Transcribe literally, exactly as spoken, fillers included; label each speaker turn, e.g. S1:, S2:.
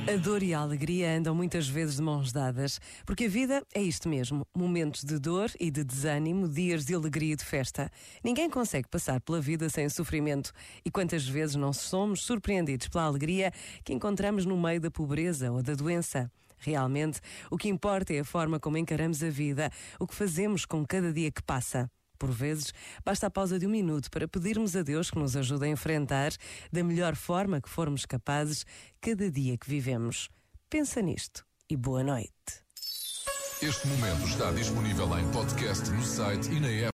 S1: A dor e a alegria andam muitas vezes de mãos dadas, porque a vida é isto mesmo, momentos de dor e de desânimo, dias de alegria e de festa. Ninguém consegue passar pela vida sem sofrimento, e quantas vezes não somos surpreendidos pela alegria que encontramos no meio da pobreza ou da doença. Realmente, o que importa é a forma como encaramos a vida, o que fazemos com cada dia que passa. Por vezes, basta a pausa de um minuto para pedirmos a Deus que nos ajude a enfrentar, da melhor forma que formos capazes, cada dia que vivemos. Pensa nisto e boa noite.
S2: Este momento está disponível em podcast no site e na app.